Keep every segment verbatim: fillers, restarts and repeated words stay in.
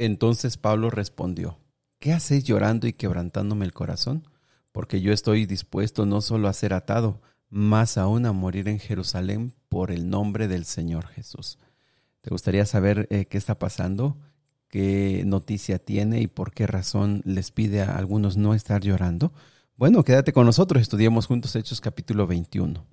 Entonces Pablo respondió: ¿qué hacéis llorando y quebrantándome el corazón? Porque yo estoy dispuesto no solo a ser atado, más aún a morir en Jerusalén por el nombre del Señor Jesús. ¿Te gustaría saber eh, qué está pasando? ¿Qué noticia tiene y por qué razón les pide a algunos no estar llorando? Bueno, quédate con nosotros, estudiemos juntos Hechos capítulo veintiuno.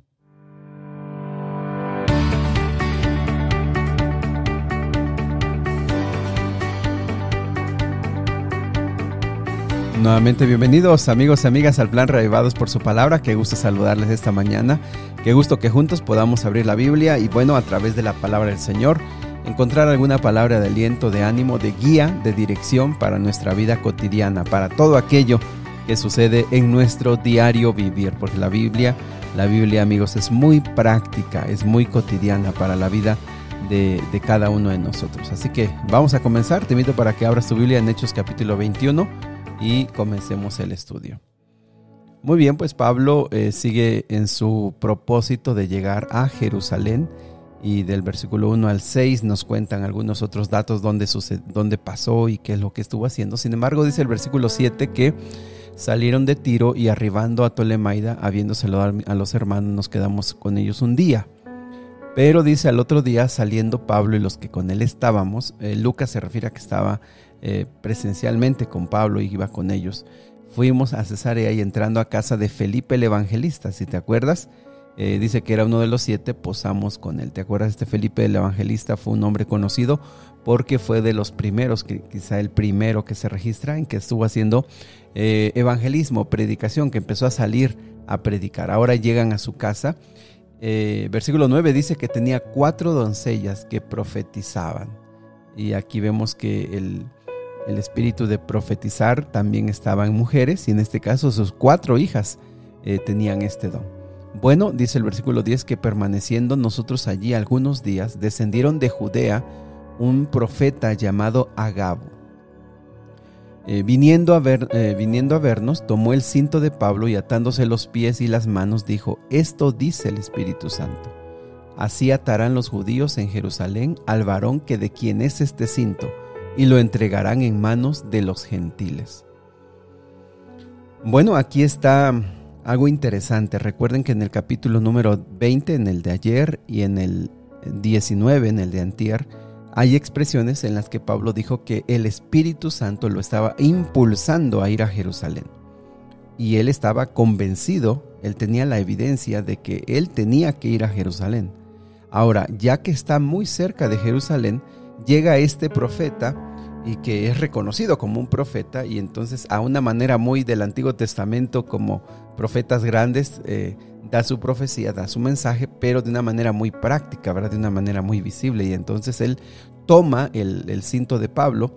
Nuevamente bienvenidos amigos y amigas al Plan Reavivados por su palabra. Qué gusto saludarles esta mañana. Qué gusto que juntos podamos abrir la Biblia y bueno, a través de la palabra del Señor, encontrar alguna palabra de aliento, de ánimo, de guía, de dirección para nuestra vida cotidiana, para todo aquello que sucede en nuestro diario vivir. Porque la Biblia, la Biblia amigos, es muy práctica, es muy cotidiana para la vida de, de cada uno de nosotros. Así que vamos a comenzar. Te invito para que abras tu Biblia en Hechos capítulo veintiuno. Y comencemos el estudio. Muy bien, pues Pablo eh, sigue en su propósito de llegar a Jerusalén y del versículo uno al seis nos cuentan algunos otros datos dónde, suced- dónde pasó y qué es lo que estuvo haciendo. Sin embargo, dice el versículo siete que salieron de Tiro y arribando a Tolemaida, habiendo saludado a los hermanos, nos quedamos con ellos un día. Pero dice al otro día, saliendo Pablo y los que con él estábamos, eh, Lucas se refiere a que estaba eh, presencialmente con Pablo y iba con ellos. Fuimos a Cesarea y entrando a casa de Felipe el evangelista, si te acuerdas, eh, dice que era uno de los siete, posamos con él. ¿Te acuerdas? Este Felipe el evangelista fue un hombre conocido porque fue de los primeros, que quizá el primero que se registra en que estuvo haciendo eh, evangelismo, predicación, que empezó a salir a predicar. Ahora llegan a su casa. Eh, versículo nueve dice que tenía cuatro doncellas que profetizaban. Y aquí vemos que el, el espíritu de profetizar también estaba en mujeres, y en este caso sus cuatro hijas eh, tenían este don. Bueno, dice el versículo diez que permaneciendo nosotros allí algunos días, descendieron de Judea un profeta llamado Agabo. Eh, viniendo, a ver, eh, viniendo a vernos, tomó el cinto de Pablo y atándose los pies y las manos, dijo: esto dice el Espíritu Santo. Así atarán los judíos en Jerusalén al varón que de quien es este cinto, y lo entregarán en manos de los gentiles. Bueno, aquí está algo interesante. Recuerden que en el capítulo número veinte, en el de ayer, y en el diecinueve, en el de antier, hay expresiones en las que Pablo dijo que el Espíritu Santo lo estaba impulsando a ir a Jerusalén. Y él estaba convencido, él tenía la evidencia de que él tenía que ir a Jerusalén. Ahora, ya que está muy cerca de Jerusalén, llega este profeta y que es reconocido como un profeta, y entonces a una manera muy del Antiguo Testamento, como profetas grandes, eh, da su profecía, da su mensaje, pero de una manera muy práctica, ¿verdad? De una manera muy visible. Y entonces él toma el, el cinto de Pablo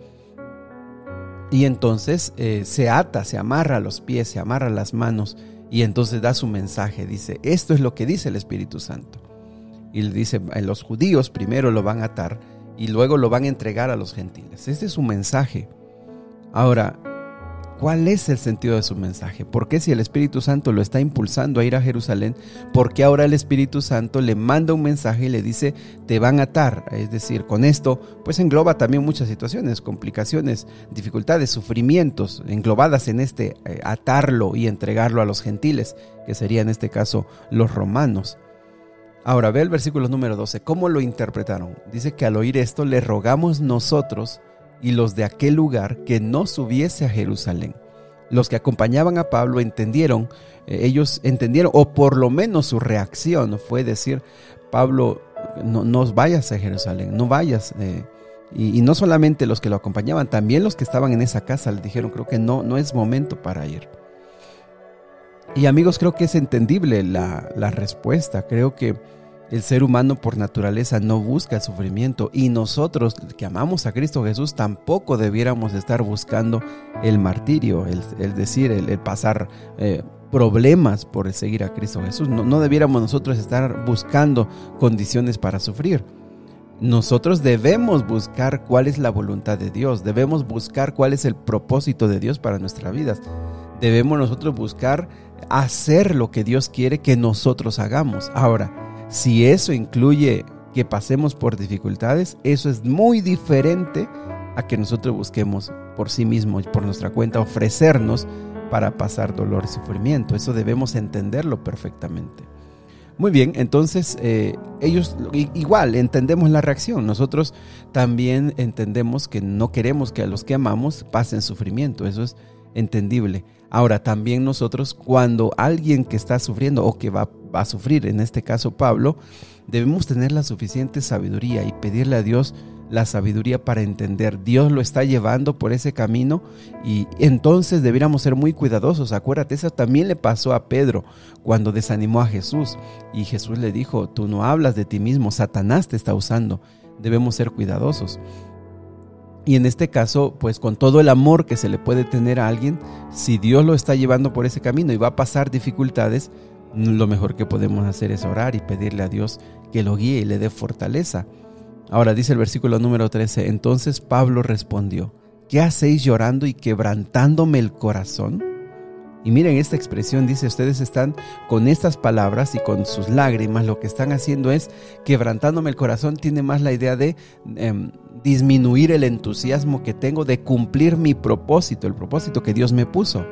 y entonces eh, se ata, se amarra los pies, se amarra las manos, y entonces da su mensaje. Dice: esto es lo que dice el Espíritu Santo. Y le dice: los judíos primero lo van a atar y luego lo van a entregar a los gentiles. Este es su mensaje. Ahora, ¿cuál es el sentido de su mensaje? ¿Por qué, si el Espíritu Santo lo está impulsando a ir a Jerusalén, por qué ahora el Espíritu Santo le manda un mensaje y le dice: te van a atar? Es decir, con esto pues engloba también muchas situaciones, complicaciones, dificultades, sufrimientos englobadas en este eh, atarlo y entregarlo a los gentiles, que sería en este caso los romanos. Ahora ve el versículo número doce, ¿cómo lo interpretaron? Dice que al oír esto le rogamos nosotros y los de aquel lugar que no subiese a Jerusalén. Los que acompañaban a Pablo entendieron, eh, ellos entendieron, o por lo menos su reacción fue decir: Pablo, no, no vayas a Jerusalén, no vayas. Eh, y, y no solamente los que lo acompañaban, también los que estaban en esa casa le dijeron: creo que no, no es momento para ir. Y amigos, creo que es entendible la, la respuesta. Creo que el ser humano por naturaleza no busca el sufrimiento, y nosotros que amamos a Cristo Jesús tampoco debiéramos estar buscando el martirio, el, el decir, el, el pasar eh, problemas por el seguir a Cristo Jesús. No, no debiéramos nosotros estar buscando condiciones para sufrir. Nosotros debemos buscar cuál es la voluntad de Dios, debemos buscar cuál es el propósito de Dios para nuestras vidas. Debemos nosotros buscar hacer lo que Dios quiere que nosotros hagamos. Ahora, si eso incluye que pasemos por dificultades, eso es muy diferente a que nosotros busquemos por sí mismos y por nuestra cuenta ofrecernos para pasar dolor y sufrimiento. Eso debemos entenderlo perfectamente. Muy bien, entonces eh, ellos igual entendemos la reacción. Nosotros también entendemos que no queremos que a los que amamos pasen sufrimiento. Eso es entendible. Ahora, también nosotros, cuando alguien que está sufriendo o que va, va a sufrir, en este caso Pablo, debemos tener la suficiente sabiduría y pedirle a Dios la sabiduría para entender. Dios lo está llevando por ese camino y entonces debiéramos ser muy cuidadosos. Acuérdate, eso también le pasó a Pedro cuando desanimó a Jesús y Jesús le dijo: tú no hablas de ti mismo, Satanás te está usando. Debemos ser cuidadosos. Y en este caso, pues con todo el amor que se le puede tener a alguien, si Dios lo está llevando por ese camino y va a pasar dificultades, lo mejor que podemos hacer es orar y pedirle a Dios que lo guíe y le dé fortaleza. Ahora dice el versículo número trece, entonces Pablo respondió: ¿qué hacéis llorando y quebrantándome el corazón? Y miren esta expresión, dice, ustedes están con estas palabras y con sus lágrimas, lo que están haciendo es quebrantándome el corazón. Tiene más la idea de eh, disminuir el entusiasmo que tengo de cumplir mi propósito, el propósito que Dios me puso.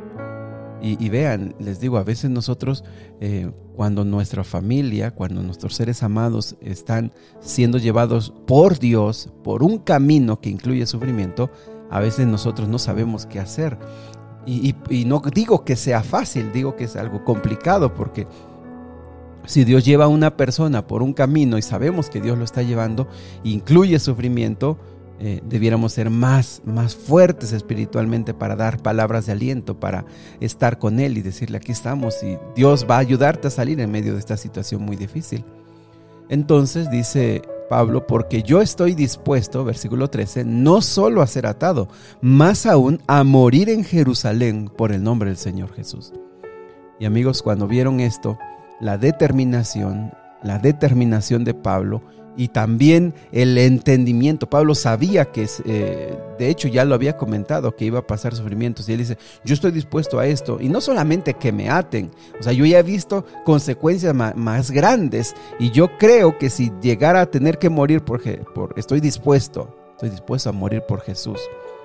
Y, y vean, les digo, a veces nosotros, eh, cuando nuestra familia, cuando nuestros seres amados están siendo llevados por Dios, por un camino que incluye sufrimiento, a veces nosotros no sabemos qué hacer. Y, y, y no digo que sea fácil, digo que es algo complicado, porque si Dios lleva a una persona por un camino y sabemos que Dios lo está llevando, incluye sufrimiento, eh, debiéramos ser más, más fuertes espiritualmente para dar palabras de aliento, para estar con Él y decirle: aquí estamos y Dios va a ayudarte a salir en medio de esta situación muy difícil. Entonces dice Pablo: porque yo estoy dispuesto, versículo trece, no solo a ser atado, más aún a morir en Jerusalén por el nombre del Señor Jesús. Y amigos, cuando vieron esto, la determinación, la determinación de Pablo y también el entendimiento. Pablo sabía que, eh, de hecho ya lo había comentado, que iba a pasar sufrimientos, y él dice: yo estoy dispuesto a esto, y no solamente que me aten, o sea, yo ya he visto consecuencias ma- más grandes, y yo creo que si llegara a tener que morir, por, por, estoy dispuesto, estoy dispuesto a morir por Jesús.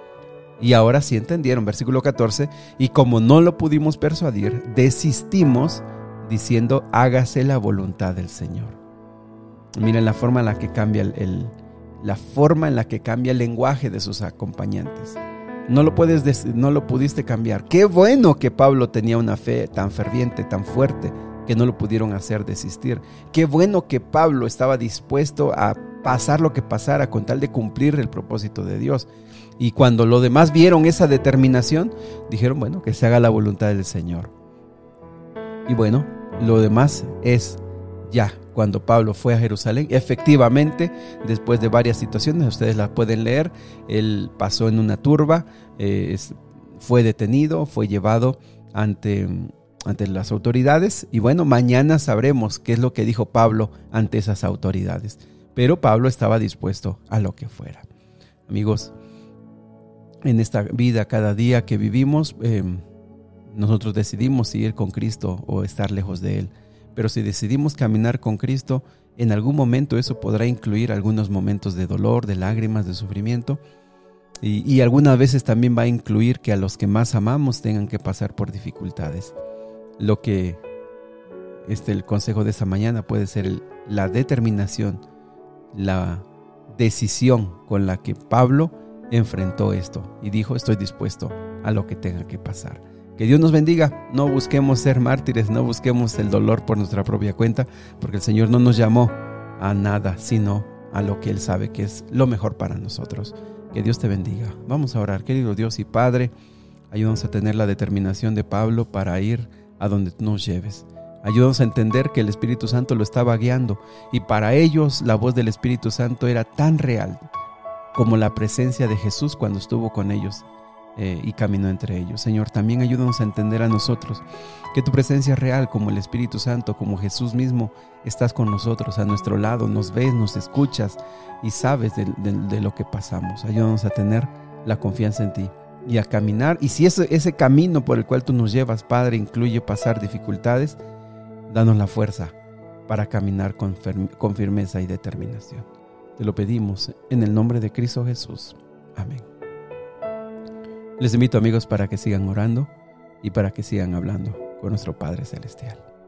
Y ahora sí entendieron, versículo catorce, y como no lo pudimos persuadir, desistimos diciendo: hágase la voluntad del Señor. Miren la forma en la que cambia el, el, la forma en la que cambia el lenguaje de sus acompañantes. No lo puedes decir, no lo pudiste cambiar. Qué bueno que Pablo tenía una fe tan ferviente, tan fuerte, que no lo pudieron hacer desistir. Qué bueno que Pablo estaba dispuesto a pasar lo que pasara con tal de cumplir el propósito de Dios. Y cuando los demás vieron esa determinación, dijeron: bueno, que se haga la voluntad del Señor. Y bueno, lo demás es ya. Cuando Pablo fue a Jerusalén, efectivamente, después de varias situaciones, ustedes las pueden leer, él pasó en una turba, eh, fue detenido, fue llevado ante, ante las autoridades, y bueno, mañana sabremos qué es lo que dijo Pablo ante esas autoridades. Pero Pablo estaba dispuesto a lo que fuera. Amigos, en esta vida, cada día que vivimos, eh, nosotros decidimos si ir con Cristo o estar lejos de Él. Pero si decidimos caminar con Cristo, en algún momento eso podrá incluir algunos momentos de dolor, de lágrimas, de sufrimiento. Y, y algunas veces también va a incluir que a los que más amamos tengan que pasar por dificultades. Lo que este, el consejo de esta mañana puede ser el, la determinación, la decisión con la que Pablo enfrentó esto y dijo: estoy dispuesto a lo que tenga que pasar. Que Dios nos bendiga. No busquemos ser mártires, no busquemos el dolor por nuestra propia cuenta, porque el Señor no nos llamó a nada, sino a lo que Él sabe que es lo mejor para nosotros. Que Dios te bendiga. Vamos a orar. Querido Dios y Padre, ayúdanos a tener la determinación de Pablo para ir a donde tú nos lleves. Ayúdanos a entender que el Espíritu Santo lo estaba guiando, y para ellos la voz del Espíritu Santo era tan real como la presencia de Jesús cuando estuvo con ellos eh, y caminó entre ellos. Señor, también ayúdanos a entender a nosotros que tu presencia es real, como el Espíritu Santo, como Jesús mismo. Estás con nosotros, a nuestro lado, nos ves, nos escuchas y sabes de, de, de lo que pasamos. Ayúdanos a tener la confianza en ti y a caminar. Y si ese, ese camino por el cual tú nos llevas, Padre, incluye pasar dificultades, danos la fuerza para caminar con, firme, con firmeza y determinación. Te lo pedimos en el nombre de Cristo Jesús. Amén. Les invito, amigos, para que sigan orando y para que sigan hablando con nuestro Padre Celestial.